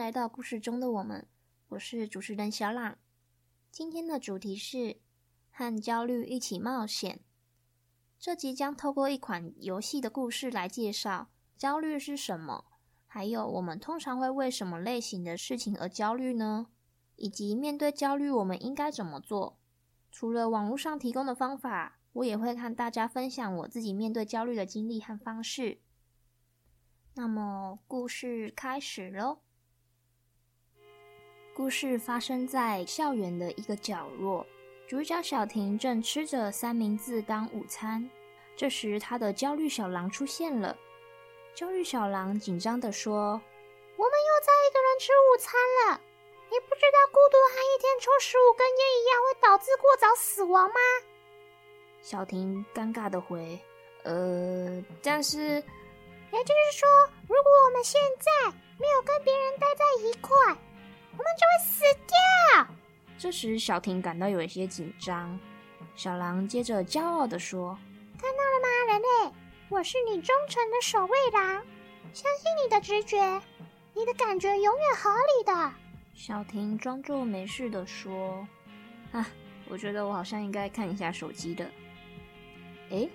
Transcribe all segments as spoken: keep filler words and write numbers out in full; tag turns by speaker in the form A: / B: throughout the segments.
A: 来到故事中的我们，我是主持人小朗。今天的主题是和焦虑一起冒险。这集将透过一款游戏的故事来介绍焦虑是什么，还有我们通常会为什么类型的事情而焦虑呢？以及面对焦虑我们应该怎么做。除了网络上提供的方法，我也会和大家分享我自己面对焦虑的经历和方式。那么故事开始咯。故事发生在校园的一个角落，主角小婷正吃着三明治当午餐。这时她的焦虑小狼出现了。焦虑小狼紧张地说：
B: 我们又再一个人吃午餐了，你不知道孤独和一天抽十五根烟一样会导致过早死亡吗？
A: 小婷尴尬地回：呃，但是
B: 也就是说，如果我们现在没有跟别人待在一块，我们就会死掉。
A: 这时小婷感到有一些紧张。小狼接着骄傲地说：
B: 看到了吗，人类，我是你忠诚的守卫狼，相信你的直觉，你的感觉永远合理的。
A: 小婷装作没事地说：啊，我觉得我好像应该看一下手机的。诶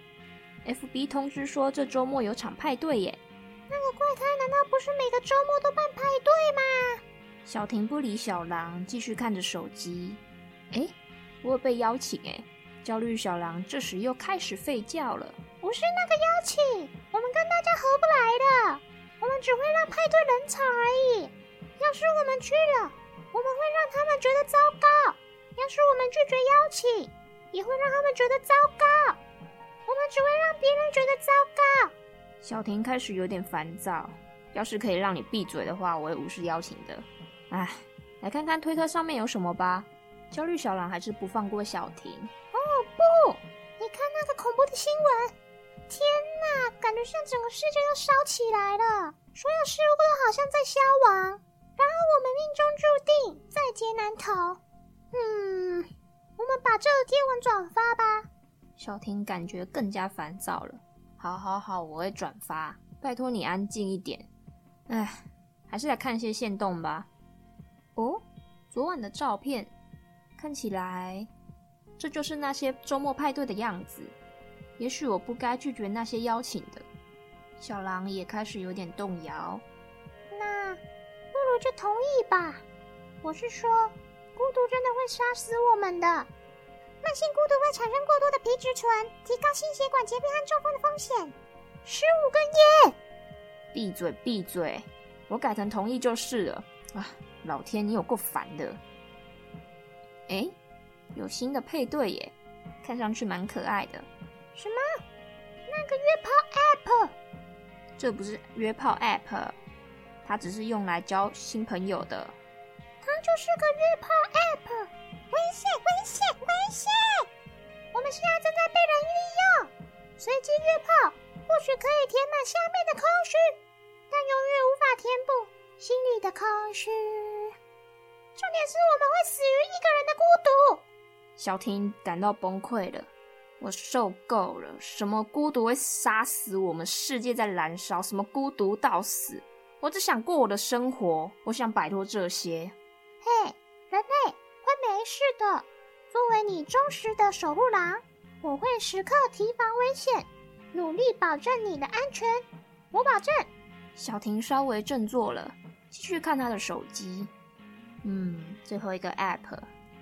A: F B 通知说这周末有场派对耶。
B: 那个怪胎难道不是每个周末都办派对吗？
A: 小婷不理小狼，继续看着手机。诶我有被邀请耶。焦虑小狼这时又开始吠叫了。
B: 不是那个邀请，我们跟大家合不来的，我们只会让派对冷场而已。要是我们去了，我们会让他们觉得糟糕；要是我们拒绝邀请，也会让他们觉得糟糕。我们只会让别人觉得糟糕。
A: 小婷开始有点烦躁，要是可以让你闭嘴的话，我会无视邀请的。唉，来看看推特上面有什么吧。焦虑小狼还是不放过小婷。
B: 哦不，你看那个恐怖的新闻，天哪，感觉像整个世界都烧起来了，所有事物都好像在消亡，然后我们命中注定在劫难逃。嗯，我们把这个贴文转发吧。
A: 小婷感觉更加烦躁了。好好好，我会转发，拜托你安静一点。唉，还是来看一些限动吧。哦，昨晚的照片，看起来这就是那些周末派对的样子。也许我不该拒绝那些邀请的。小狼也开始有点动摇。
B: 那不如就同意吧。我是说，孤独真的会杀死我们的。慢性孤独会产生过多的皮质醇，提高心血管疾病和中风的风险。十五根烟！
A: 闭嘴闭嘴，我改成同意就是了。啊，老天，你有够烦的。诶，有新的配对耶，看上去蛮可爱的。
B: 什么？那个约炮 App？
A: 这不是约炮 App， 它只是用来交新朋友的。
B: 它就是个约炮 App。危险！危险！危险！我们现在正在被人利用。随机约炮或许可以填满下面的空虚，但永远无法填补心里的空虚。重点是我们会死于一个人的孤独。
A: 小婷感到崩溃了。我受够了，什么孤独会杀死我们，世界在燃烧，什么孤独到死。我只想过我的生活，我想摆脱这些。
B: 嘿，人类，会没事的。作为你忠实的守护狼，我会时刻提防危险，努力保证你的安全。我保证。
A: 小婷稍微振作了，继续看她的手机。嗯，最后一个 App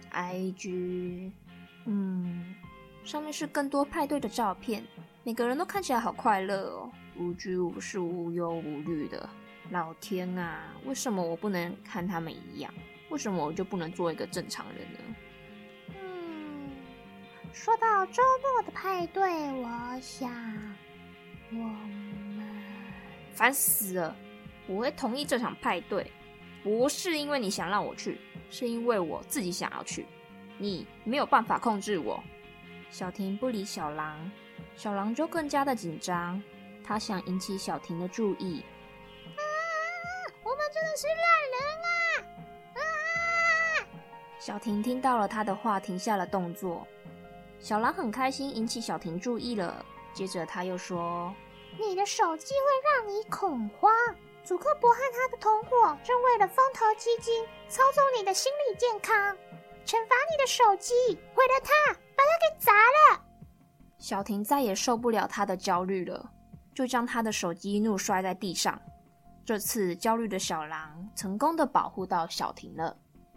A: I G， 嗯，上面是更多派对的照片，每个人都看起来好快乐哦，无拘无束，无忧无虑的。老天啊，为什么我不能和他们一样？为什么我就不能做一个正常人呢？
B: 嗯，说到周末的派对，我想我们
A: 烦死了！我会同意这场派对，不是因为你想让我去，是因为我自己想要去。你没有办法控制我。小婷不理小狼，小狼就更加的紧张，他想引起小婷的注意。
B: 啊！我们真的是烂人啊！啊！
A: 小婷听到了他的话，停下了动作。小狼很开心引起小婷注意了，接着他又说：
B: 你的手机会让你恐慌， 祖克伯和他的同伙正为了风投基金操纵你的心理健康，惩罚你的手机，为了他把它给砸了。
A: 小婷再也受不了他的焦虑了，就将他的手机怒摔在地上。这次焦虑的小狼成功的保护到小婷了。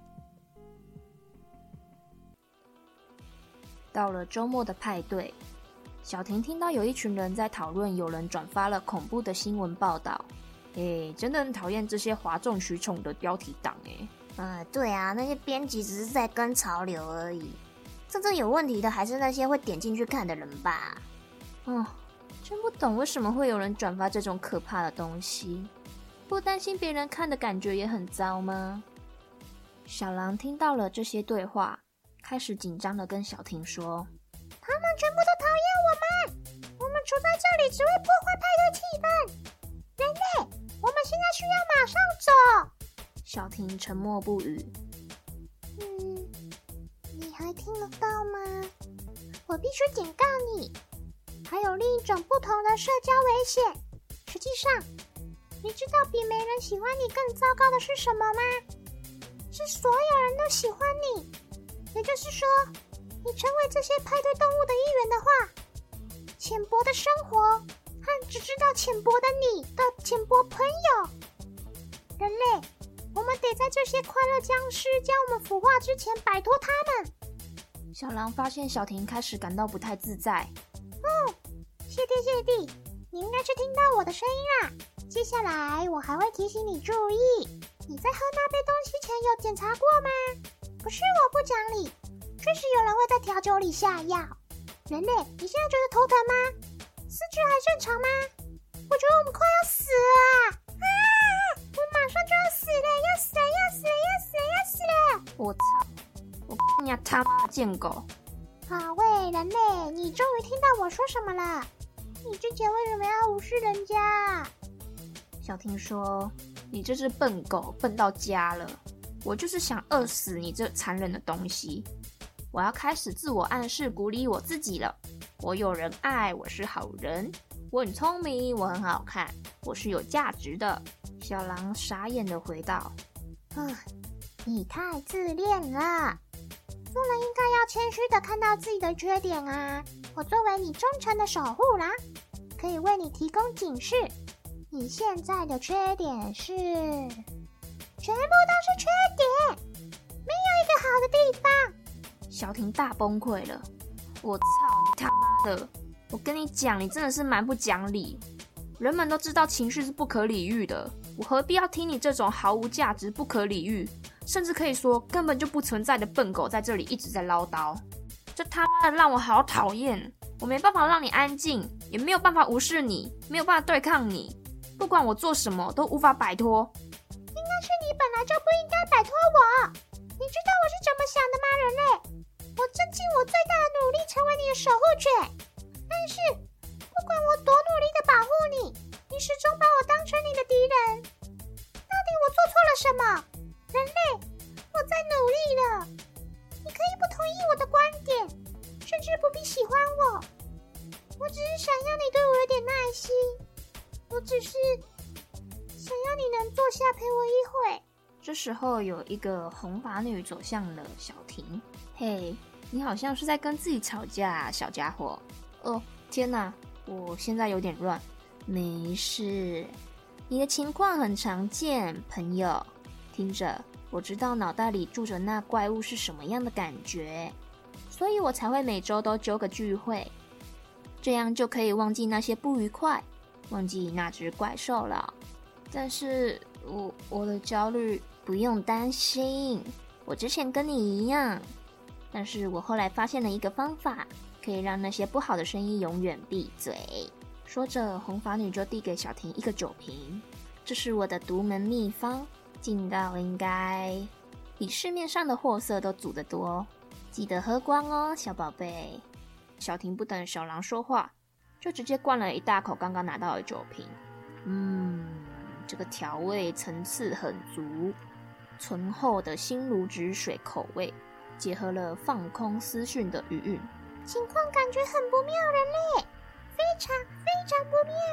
A: 到了周末的派对，小婷听到有一群人在讨论有人转发了恐怖的新闻报道。诶，真的很讨厌这些哗众取宠的标题党诶。
C: 呃，对啊，那些编辑只是在跟潮流而已。真正有问题的还是那些会点进去看的人吧。
A: 哦，真不懂为什么会有人转发这种可怕的东西。不担心别人看的感觉也很糟吗？小狼听到了这些对话，开始紧张的跟小婷说：
B: 他们全部都讨厌我们，我们处在这里只会破坏派对气氛。人类，我们现在需要马上走。
A: 小婷沉默不语。
B: 嗯，你还听得到吗？我必须警告你，还有另一种不同的社交危险。实际上，你知道比没人喜欢你更糟糕的是什么吗？是所有人都喜欢你。也就是说，你成为这些派对动物的一员的话，浅薄的生活和只知道浅薄的你的浅薄朋友，人类，我们得在这些快乐僵尸将我们腐化之前摆脱他们。
A: 小狼发现小婷开始感到不太自在。
B: 嗯，谢弟谢弟，你应该是听到我的声音啦。接下来我还会提醒你注意，你在喝那杯东西前有检查过吗？不是我不讲理，确实有人会在调酒里下药。人类，你现在觉得头疼吗？四肢还正常吗？我觉得我们快要死了啊！啊！我马上就要死了，要死了，要死了，要死了，要死了！
A: 我操！我你呀他妈贱狗！
B: 好喂，人类，你终于听到我说什么了？你之前为什么要无视人家？
A: 小婷说：“你这只笨狗，笨到家了。我就是想饿死你这残忍的东西。我要开始自我暗示，鼓励我自己了。我有人爱，我是好人，我很聪明，我很好看，我是有价值的。”小狼傻眼的回道：“
B: 啊，你太自恋了。做人应该要谦虚的看到自己的缺点啊。我作为你忠诚的守护狼，可以为你提供警示。你现在的缺点是，全部都是缺点，没有一个好的地方。”
A: 小婷大崩溃了。我操你他妈的！我跟你讲，你真的是蛮不讲理。人们都知道情绪是不可理喻的，我何必要听你这种毫无价值、不可理喻，甚至可以说根本就不存在的笨狗在这里一直在唠叨。这他妈的让我好讨厌！我没办法让你安静，也没有办法无视你，没有办法对抗你。不管我做什么，都无法摆脱。
B: 应该是你本来就不应该摆脱我。你知道我是怎么想的吗，人类？我正尽我最大的努力成为你的守护犬，但是不管我多努力的保护你，你始终把我当成你的敌人。到底我做错了什么？人类，我在努力了。你可以不同意我的观点，甚至不必喜欢我。我只是想要你对我有点耐心。我只是想要你能坐下陪我一会。
A: 这时候有一个红发女走向了小婷。嘿，你好像是在跟自己吵架啊，小家伙。哦，天哪，我现在有点乱。没事，你的情况很常见，朋友。听着，我知道脑袋里住着那怪物是什么样的感觉，所以我才会每周都揪个聚会，这样就可以忘记那些不愉快，忘记那只怪兽了。但是我我的焦虑不用担心，我之前跟你一样，但是我后来发现了一个方法，可以让那些不好的声音永远闭嘴。说着，红发女就递给小婷一个酒瓶，这是我的独门秘方，劲道应该比市面上的货色都足得多，记得喝光哦，小宝贝。小婷不等小狼说话，就直接灌了一大口刚刚拿到的酒瓶。嗯，这个调味层次很足，醇厚的心如止水口味，结合了放空私讯的余韵，
B: 情况感觉很不妙，人类，非常非常不妙。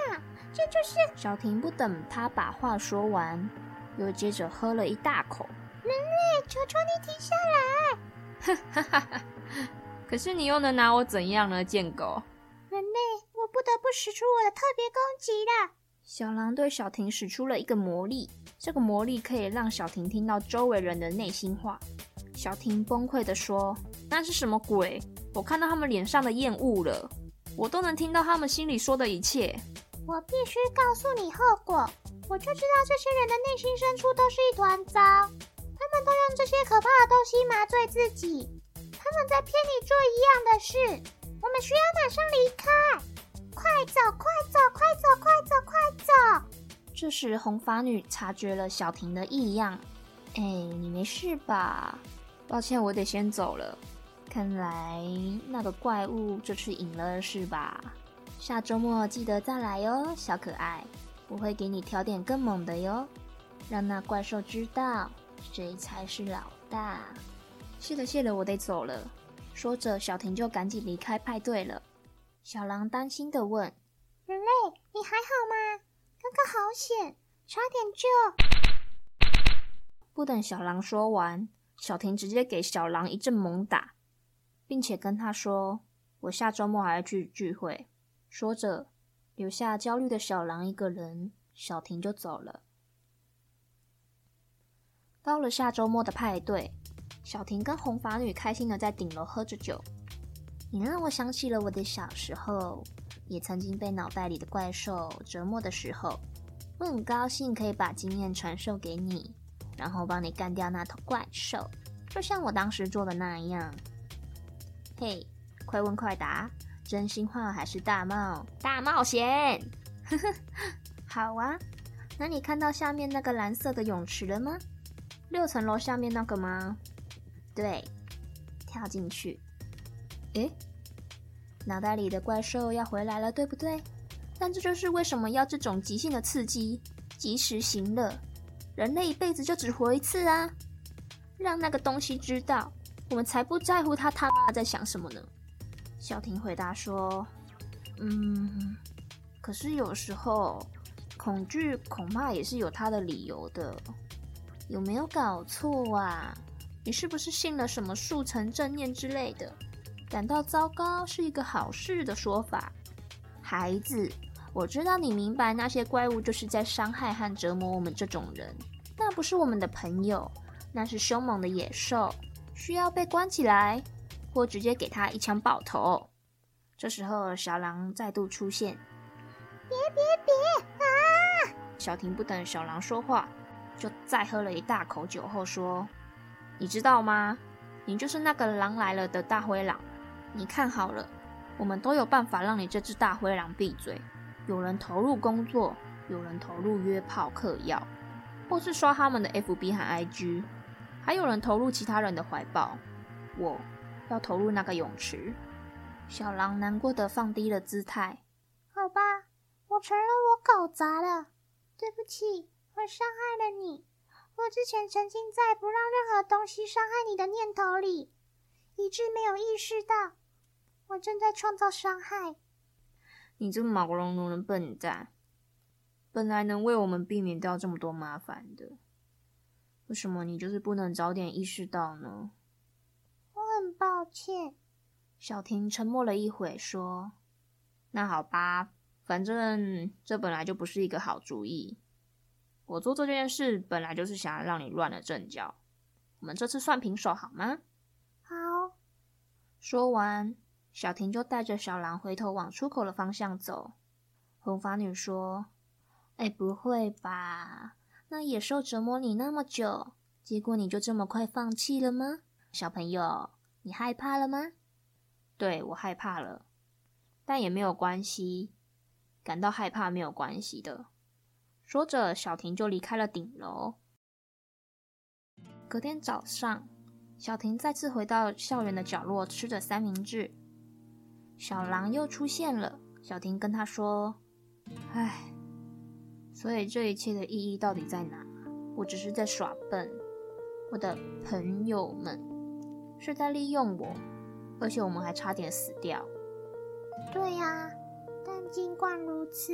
B: 这就是……
A: 小婷不等他把话说完，又接着喝了一大口。
B: 人类，求求你停下来！
A: 哈哈哈！可是你又能拿我怎样呢，贱狗？
B: 人类，我不得不使出我的特别攻击了。
A: 小狼对小婷使出了一个魔力，这个魔力可以让小婷听到周围人的内心话。小婷崩溃地说：“那是什么鬼？我看到他们脸上的厌恶了，我都能听到他们心里说的一切。
B: 我必须告诉你后果，我就知道这些人的内心深处都是一团糟，他们都用这些可怕的东西麻醉自己，他们在骗你做一样的事。我们需要马上离开，快走，快走，快走，快走，快走！”
A: 这时红发女察觉了小婷的异样，哎，你没事吧？抱歉，我得先走了。看来那个怪物这次赢了是吧？下周末记得再来哟，小可爱，我会给你挑点更猛的哟，让那怪兽知道谁才是老大。谢了谢了，我得走了。说着，小婷就赶紧离开派对了。小狼担心地问：“
B: 人类，你还好吗？刚刚好险，差点就……”
A: 不等小狼说完，小婷直接给小狼一阵猛打，并且跟他说：“我下周末还要去聚会。”说着，留下焦虑的小狼一个人，小婷就走了。到了下周末的派对，小婷跟红发女开心的在顶楼喝着酒。你让我想起了我的小时候，也曾经被脑袋里的怪兽折磨的时候。我很高兴可以把经验传授给你，然后帮你干掉那头怪兽，就像我当时做的那样。嘿，快问快答，真心话还是大冒大冒险？呵呵，好啊。那你看到下面那个蓝色的泳池了吗？六层楼下面那个吗？对，跳进去。诶，脑袋里的怪兽要回来了，对不对？但这就是为什么要这种即兴的刺激，及时行乐。人类一辈子就只活一次啊！让那个东西知道，我们才不在乎他他妈在想什么呢。小婷回答说：“嗯，可是有时候恐惧恐怕也是有它的理由的。有没有搞错啊？你是不是信了什么速成正念之类的？感到糟糕是一个好事的说法。孩子，我知道你明白那些怪物就是在伤害和折磨我们这种人，那不是我们的朋友，那是凶猛的野兽，需要被关起来，或直接给他一枪爆头。”这时候小狼再度出现。
B: 别别别啊！
A: 小婷不等小狼说话，就再喝了一大口酒后说：“你知道吗？你就是那个狼来了的大灰狼。你看好了，我们都有办法让你这只大灰狼闭嘴。有人投入工作，有人投入约炮嗑药，或是刷他们的 F B 和 I G， 还有人投入其他人的怀抱。我要投入那个泳池。”小狼难过的放低了姿态。
B: 好吧，我承认我搞砸了，对不起，我伤害了你。我之前沉浸在不让任何东西伤害你的念头里，以致没有意识到我正在创造伤害。
A: 你这毛茸茸的笨蛋，本来能为我们避免掉这么多麻烦的，为什么你就是不能早点意识到呢？
B: 我很抱歉。
A: 小婷沉默了一会，说：“那好吧，反正这本来就不是一个好主意。我做这件事本来就是想要让你乱了阵脚，我们这次算平手好吗？”
B: 好。
A: 说完，小婷就带着小狼回头往出口的方向走。红发女说：“哎，不会吧？那野兽折磨你那么久，结果你就这么快放弃了吗？小朋友，你害怕了吗？”“对，我害怕了，但也没有关系，感到害怕没有关系的。”说着，小婷就离开了顶楼。隔天早上，小婷再次回到校园的角落，吃着三明治。小狼又出现了，小婷跟他说：“唉，所以这一切的意义到底在哪？我只是在耍笨，我的朋友们是在利用我。”而且我们还差点死掉。
B: 对呀、啊，但尽管如此，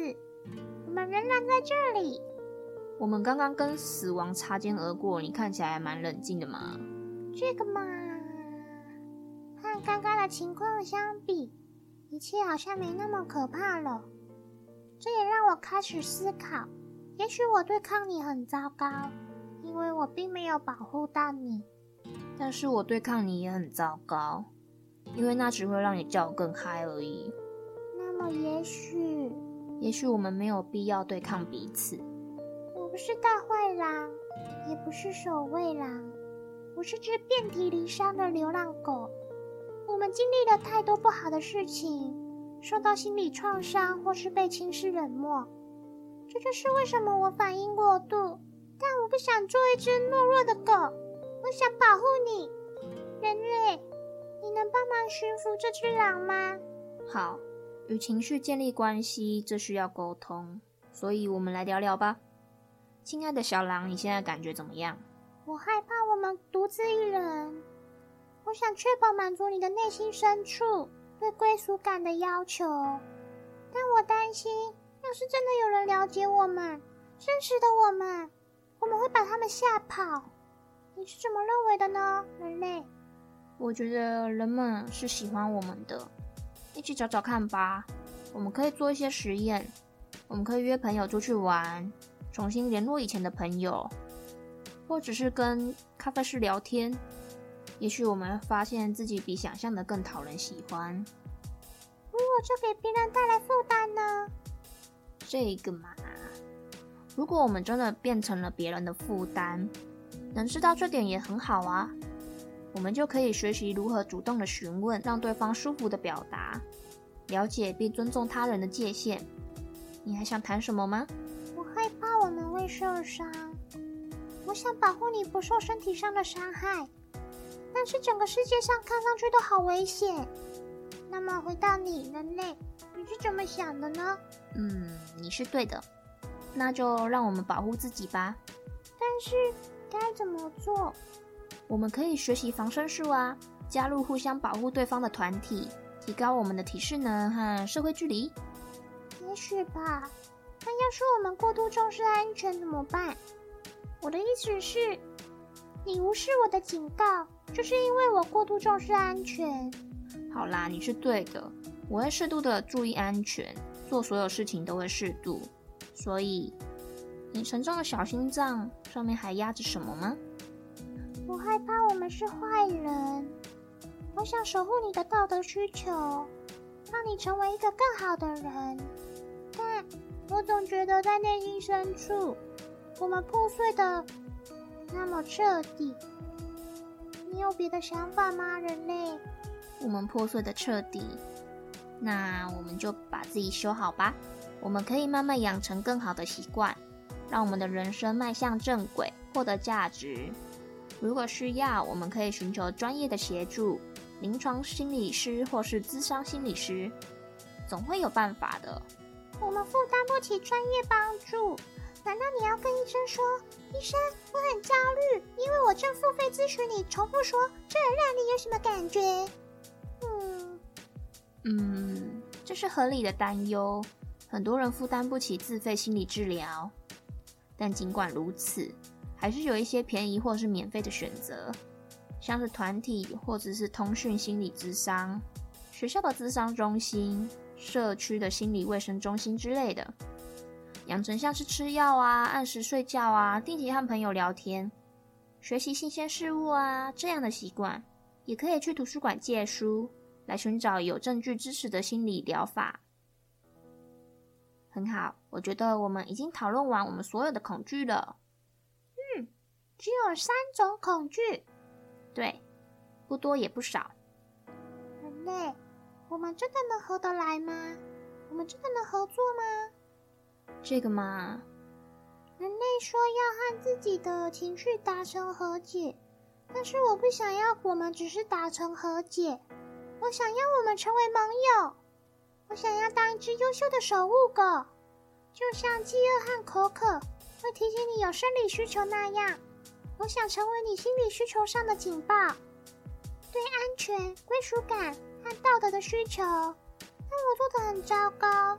B: 我们仍然在这里。
A: 我们刚刚跟死亡擦肩而过，你看起来还蛮冷静的嘛。
B: 这个嘛，和刚刚的情况相比，一切好像没那么可怕了。这也让我开始思考，也许我对抗你很糟糕，因为我并没有保护到你。
A: 但是我对抗你也很糟糕，因为那只会让你叫更嗨而已。
B: 那么也许，
A: 也许我们没有必要对抗彼此。
B: 我不是大坏狼，也不是守卫狼，我是只遍体鳞伤的流浪狗。我们经历了太多不好的事情，受到心理创伤或是被轻视冷漠，这就是为什么我反应过度。但我不想做一只懦弱的狗，我想保护你，人类。你能帮忙驯服这只狼吗？
A: 好，与情绪建立关系，这需要沟通，所以我们来聊聊吧。亲爱的小狼，你现在感觉怎么样？
B: 我害怕我们独自一人，我想确保满足你的内心深处对归属感的要求，但我担心，要是真的有人了解我们，真实的我们，我们会把他们吓跑。你是怎么认为的呢，人类？
A: 我觉得人们是喜欢我们的，一起找找看吧。我们可以做一些实验，我们可以约朋友出去玩，重新联络以前的朋友，或者是跟咖啡师聊天。也许我们会发现自己比想象的更讨人喜欢。
B: 如果这给别人带来负担呢？
A: 这个嘛，如果我们真的变成了别人的负担，能知道这点也很好啊。我们就可以学习如何主动的询问，让对方舒服的表达，了解并尊重他人的界限。你还想谈什么吗？
B: 我害怕我们会受伤，我想保护你不受身体上的伤害，但是整个世界上看上去都好危险。那么回到你，人类，你是怎么想的呢？
A: 嗯，你是对的，那就让我们保护自己吧。
B: 但是该怎么做？
A: 我们可以学习防身术啊，加入互相保护对方的团体，提高我们的体适能和社会距离。
B: 也许吧，但要是我们过度重视安全怎么办？我的意思是，你无视我的警告，就是因为我过度重视安全。
A: 好啦，你是对的，我会适度的注意安全，做所有事情都会适度。所以，你沉重的小心脏上面还压着什么吗？
B: 我害怕我们是坏人，我想守护你的道德需求，让你成为一个更好的人。但我总觉得在内心深处，我们破碎的那么彻底。你有别的想法吗，人类？
A: 我们破碎的彻底，那我们就把自己修好吧。我们可以慢慢养成更好的习惯，让我们的人生迈向正轨，获得价值。如果需要，我们可以寻求专业的协助，临床心理师或是咨商心理师，总会有办法的。
B: 我们负担不起专业帮助，难道你要跟医生说，医生，我很焦虑，因为我正付费咨询你，重复说，这让你有什么感觉？嗯
A: 嗯，这是合理的担忧。很多人负担不起自费心理治疗，但尽管如此，还是有一些便宜或是免费的选择，像是团体或者是通讯心理咨商、学校的咨商中心、社区的心理卫生中心之类的。养成像是吃药啊、按时睡觉啊、定期和朋友聊天、学习新鲜事物啊这样的习惯，也可以去图书馆借书，来寻找有证据支持的心理疗法。很好，我觉得我们已经讨论完我们所有的恐惧了。
B: 嗯，只有三种恐惧。
A: 对，不多也不少。
B: 人类，我们真的能合得来吗？我们真的能合作吗？
A: 这个嘛，
B: 人类说要和自己的情绪达成和解，但是我不想要我们只是达成和解，我想要我们成为盟友。我想要当一只优秀的守护狗，就像饥饿和口渴会提醒你有生理需求那样，我想成为你心理需求上的警报，对安全、归属感和道德的需求。但我做得很糟糕，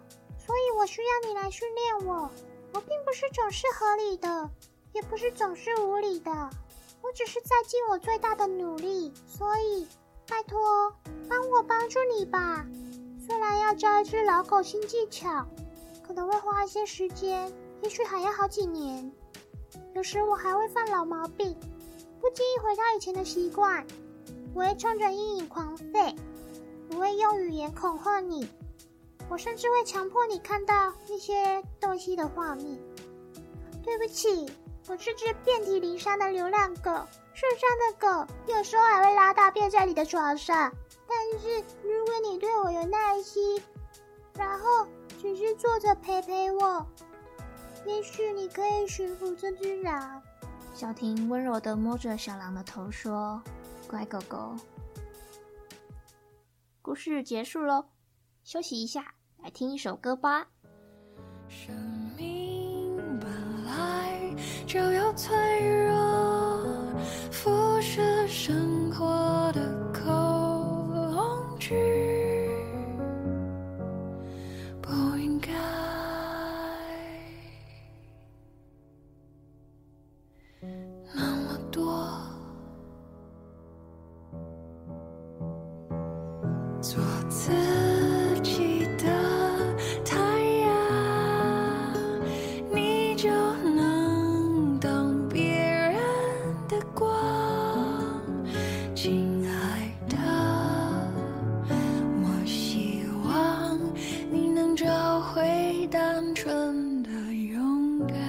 B: 所以我需要你来训练我。我并不是总是合理的，也不是总是无理的，我只是在尽我最大的努力，所以拜托，帮我帮助你吧。虽然要教一只老狗新技巧，可能会花一些时间，也许还要好几年。有时我还会犯老毛病，不经意回到以前的习惯。我会冲着阴影狂吠，我会用语言恐吓你，我甚至会强迫你看到一些东西的画面。对不起，我是只遍体鳞伤的流浪狗，受伤的狗有时候还会拉大便在你的床上。但是如果你对我有耐心，然后只是坐着陪陪我，也许你可以驯服这只狼。
A: 小婷温柔地摸着小狼的头说：“乖狗狗。”故事结束咯，休息一下，来听一首歌吧。
D: 生命本来就有脆弱，辐射生活的恐惧，不应该那么多。做自己的太阳，你就能当别人的光。亲爱的，我希望你能找回单纯的勇敢。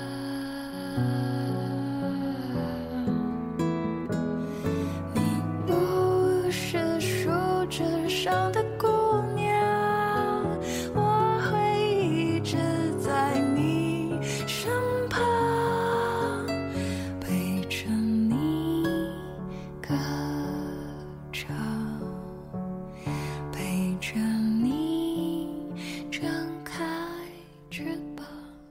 D: 你不是树枝上的姑娘，我会一直在你身旁，陪着你歌唱，陪着你张开翅膀。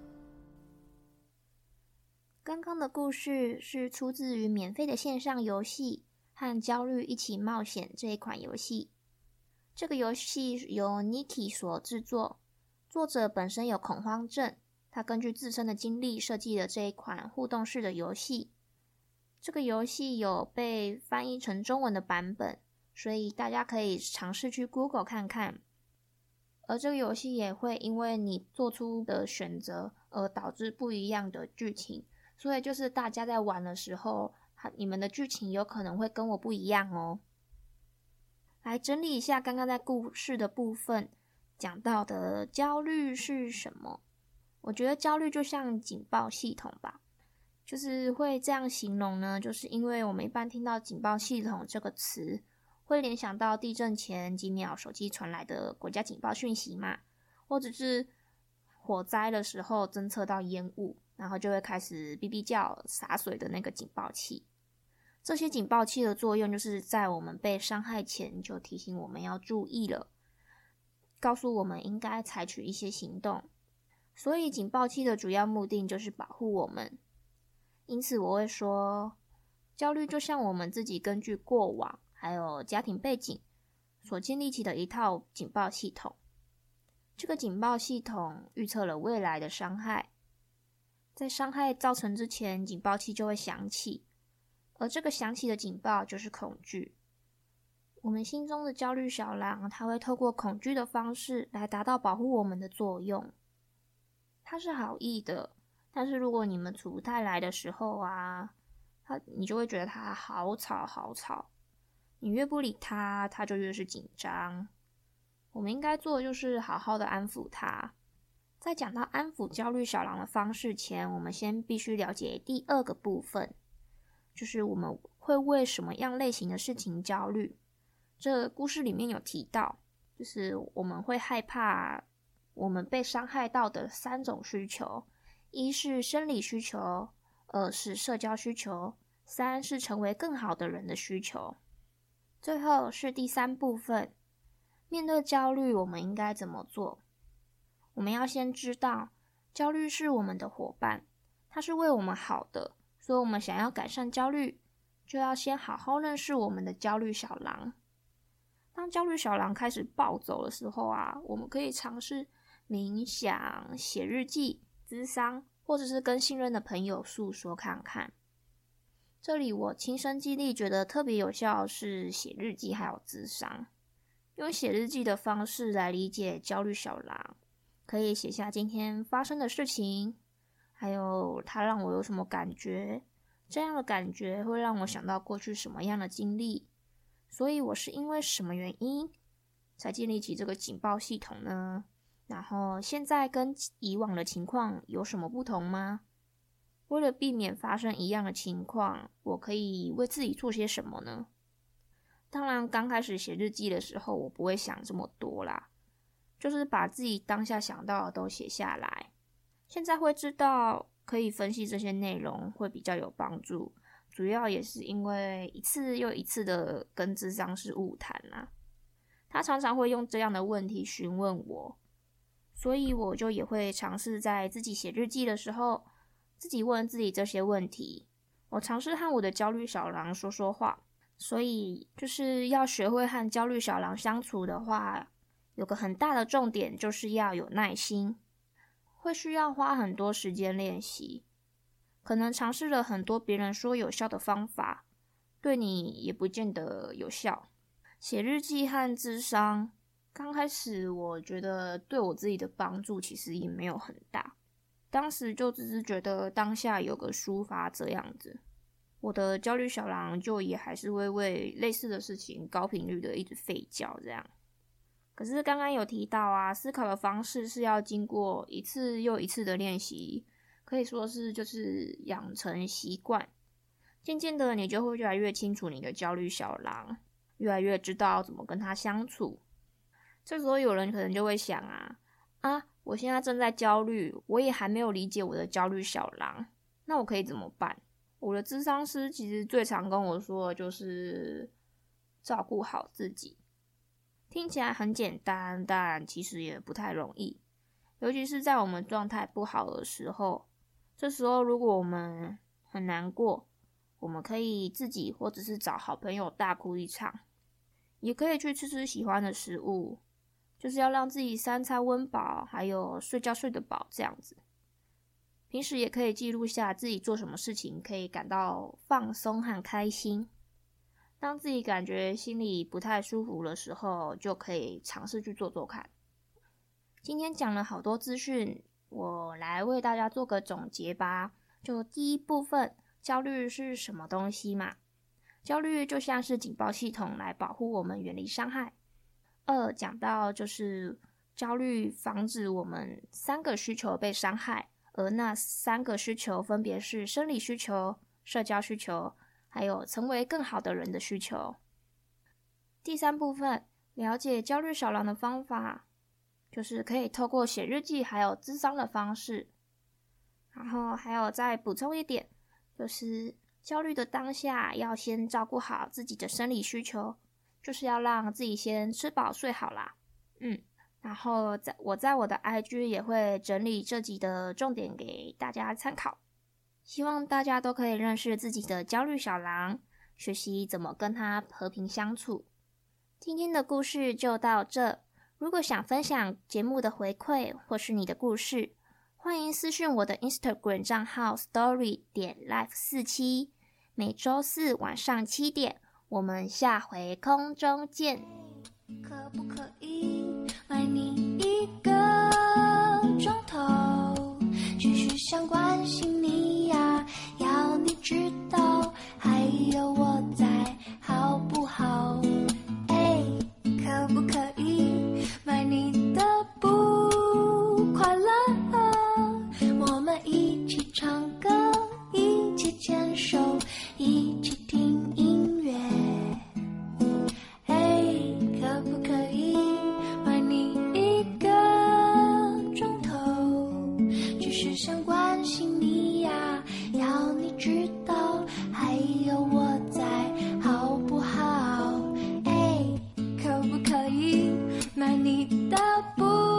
A: 刚刚的故事是出自于免费的线上游戏《和焦虑一起冒险》这一款游戏。这个游戏由 Niki 所制作，作者本身有恐慌症，他根据自身的经历设计了这一款互动式的游戏。这个游戏有被翻译成中文的版本，所以大家可以尝试去 Google 看看。而这个游戏也会因为你做出的选择而导致不一样的剧情，所以就是大家在玩的时候，你们的剧情有可能会跟我不一样哦。来整理一下刚刚在故事的部分讲到的焦虑是什么。我觉得焦虑就像警报系统吧，就是会这样形容呢，就是因为我们一般听到警报系统这个词，会联想到地震前几秒手机传来的国家警报讯息嘛，或者是火灾的时候侦测到烟雾，然后就会开始哔哔叫洒水的那个警报器。这些警报器的作用就是在我们被伤害前就提醒我们要注意了，告诉我们应该采取一些行动。所以警报器的主要目的就是保护我们。因此我会说，焦虑就像我们自己根据过往还有家庭背景所建立起的一套警报系统。这个警报系统预测了未来的伤害，在伤害造成之前，警报器就会响起，而这个响起的警报就是恐惧。我们心中的焦虑小狼，它会透过恐惧的方式来达到保护我们的作用。它是好意的，但是如果你们处不太来的时候啊，它你就会觉得它好吵好吵，你越不理它，它就越是紧张。我们应该做的就是好好的安抚它。在讲到安抚焦虑小狼的方式前，我们先必须了解第二个部分，就是我们会为什么样类型的事情焦虑。这个故事里面有提到，就是我们会害怕我们被伤害到的三种需求，一是生理需求，二是社交需求，三是成为更好的人的需求。最后是第三部分，面对焦虑我们应该怎么做。我们要先知道，焦虑是我们的伙伴，它是为我们好的，所以我们想要改善焦虑，就要先好好认识我们的焦虑小狼。当焦虑小狼开始暴走的时候啊，我们可以尝试冥想、写日记、諮商，或者是跟信任的朋友诉说看看。这里我亲身经历觉得特别有效是写日记还有諮商，用写日记的方式来理解焦虑小狼，可以写下今天发生的事情，还有它让我有什么感觉，这样的感觉会让我想到过去什么样的经历，所以我是因为什么原因才建立起这个警报系统呢？然后现在跟以往的情况有什么不同吗？为了避免发生一样的情况，我可以为自己做些什么呢？当然，刚开始写日记的时候，我不会想这么多啦，就是把自己当下想到的都写下来。现在会知道可以分析这些内容会比较有帮助，主要也是因为一次又一次的跟諮商师晤谈啊，他常常会用这样的问题询问我，所以我就也会尝试在自己写日记的时候自己问自己这些问题。我尝试和我的焦虑小狼说说话，所以就是要学会和焦虑小狼相处的话，有个很大的重点就是要有耐心，会需要花很多时间练习。可能尝试了很多别人说有效的方法，对你也不见得有效。写日记和諮商，刚开始我觉得对我自己的帮助其实也没有很大，当时就只是觉得当下有个抒发这样子，我的焦虑小狼就也还是会为类似的事情高频率的一直吠叫这样。可是刚刚有提到啊，思考的方式是要经过一次又一次的练习，可以说是就是养成习惯，渐渐的你就会越来越清楚你的焦虑小狼，越来越知道怎么跟他相处。这时候有人可能就会想啊啊我现在正在焦虑，我也还没有理解我的焦虑小狼，那我可以怎么办？我的諮商师其实最常跟我说的就是照顾好自己。听起来很简单，但其实也不太容易，尤其是在我们状态不好的时候。这时候如果我们很难过，我们可以自己或者是找好朋友大哭一场，也可以去吃吃喜欢的食物，就是要让自己三餐温饱，还有睡觉睡得饱这样子。平时也可以记录下自己做什么事情可以感到放松和开心。当自己感觉心里不太舒服的时候，就可以尝试去做做看。今天讲了好多资讯，我来为大家做个总结吧。就第一部分，焦虑是什么东西嘛？焦虑就像是警报系统来保护我们远离伤害。二，讲到就是焦虑防止我们三个需求被伤害，而那三个需求分别是生理需求、社交需求，还有成为更好的人的需求。第三部分，了解焦虑小狼的方法，就是可以透过写日记还有諮商的方式。然后还有再补充一点，就是焦虑的当下要先照顾好自己的生理需求，就是要让自己先吃饱睡好啦。嗯，然后在我在我的 I G 也会整理这集的重点给大家参考。希望大家都可以认识自己的焦虑小狼，学习怎么跟他和平相处。今天的故事就到这，如果想分享节目的回馈或是你的故事，欢迎私讯我的 Instagram 账号 story 点 life 四七，每周四晚上七点，我们下回空中见。
D: 可不可以买你一个钟头，继续想关心你呀，要你知道还有我在，好不好？哎，可不可以买你的不快乐，我们一起唱歌，一起牵手，一起听音乐。嘿，可不可以买你一个钟头，只是想关心你呀，要你知道还有我在，好不好？哎，可不可以买你的不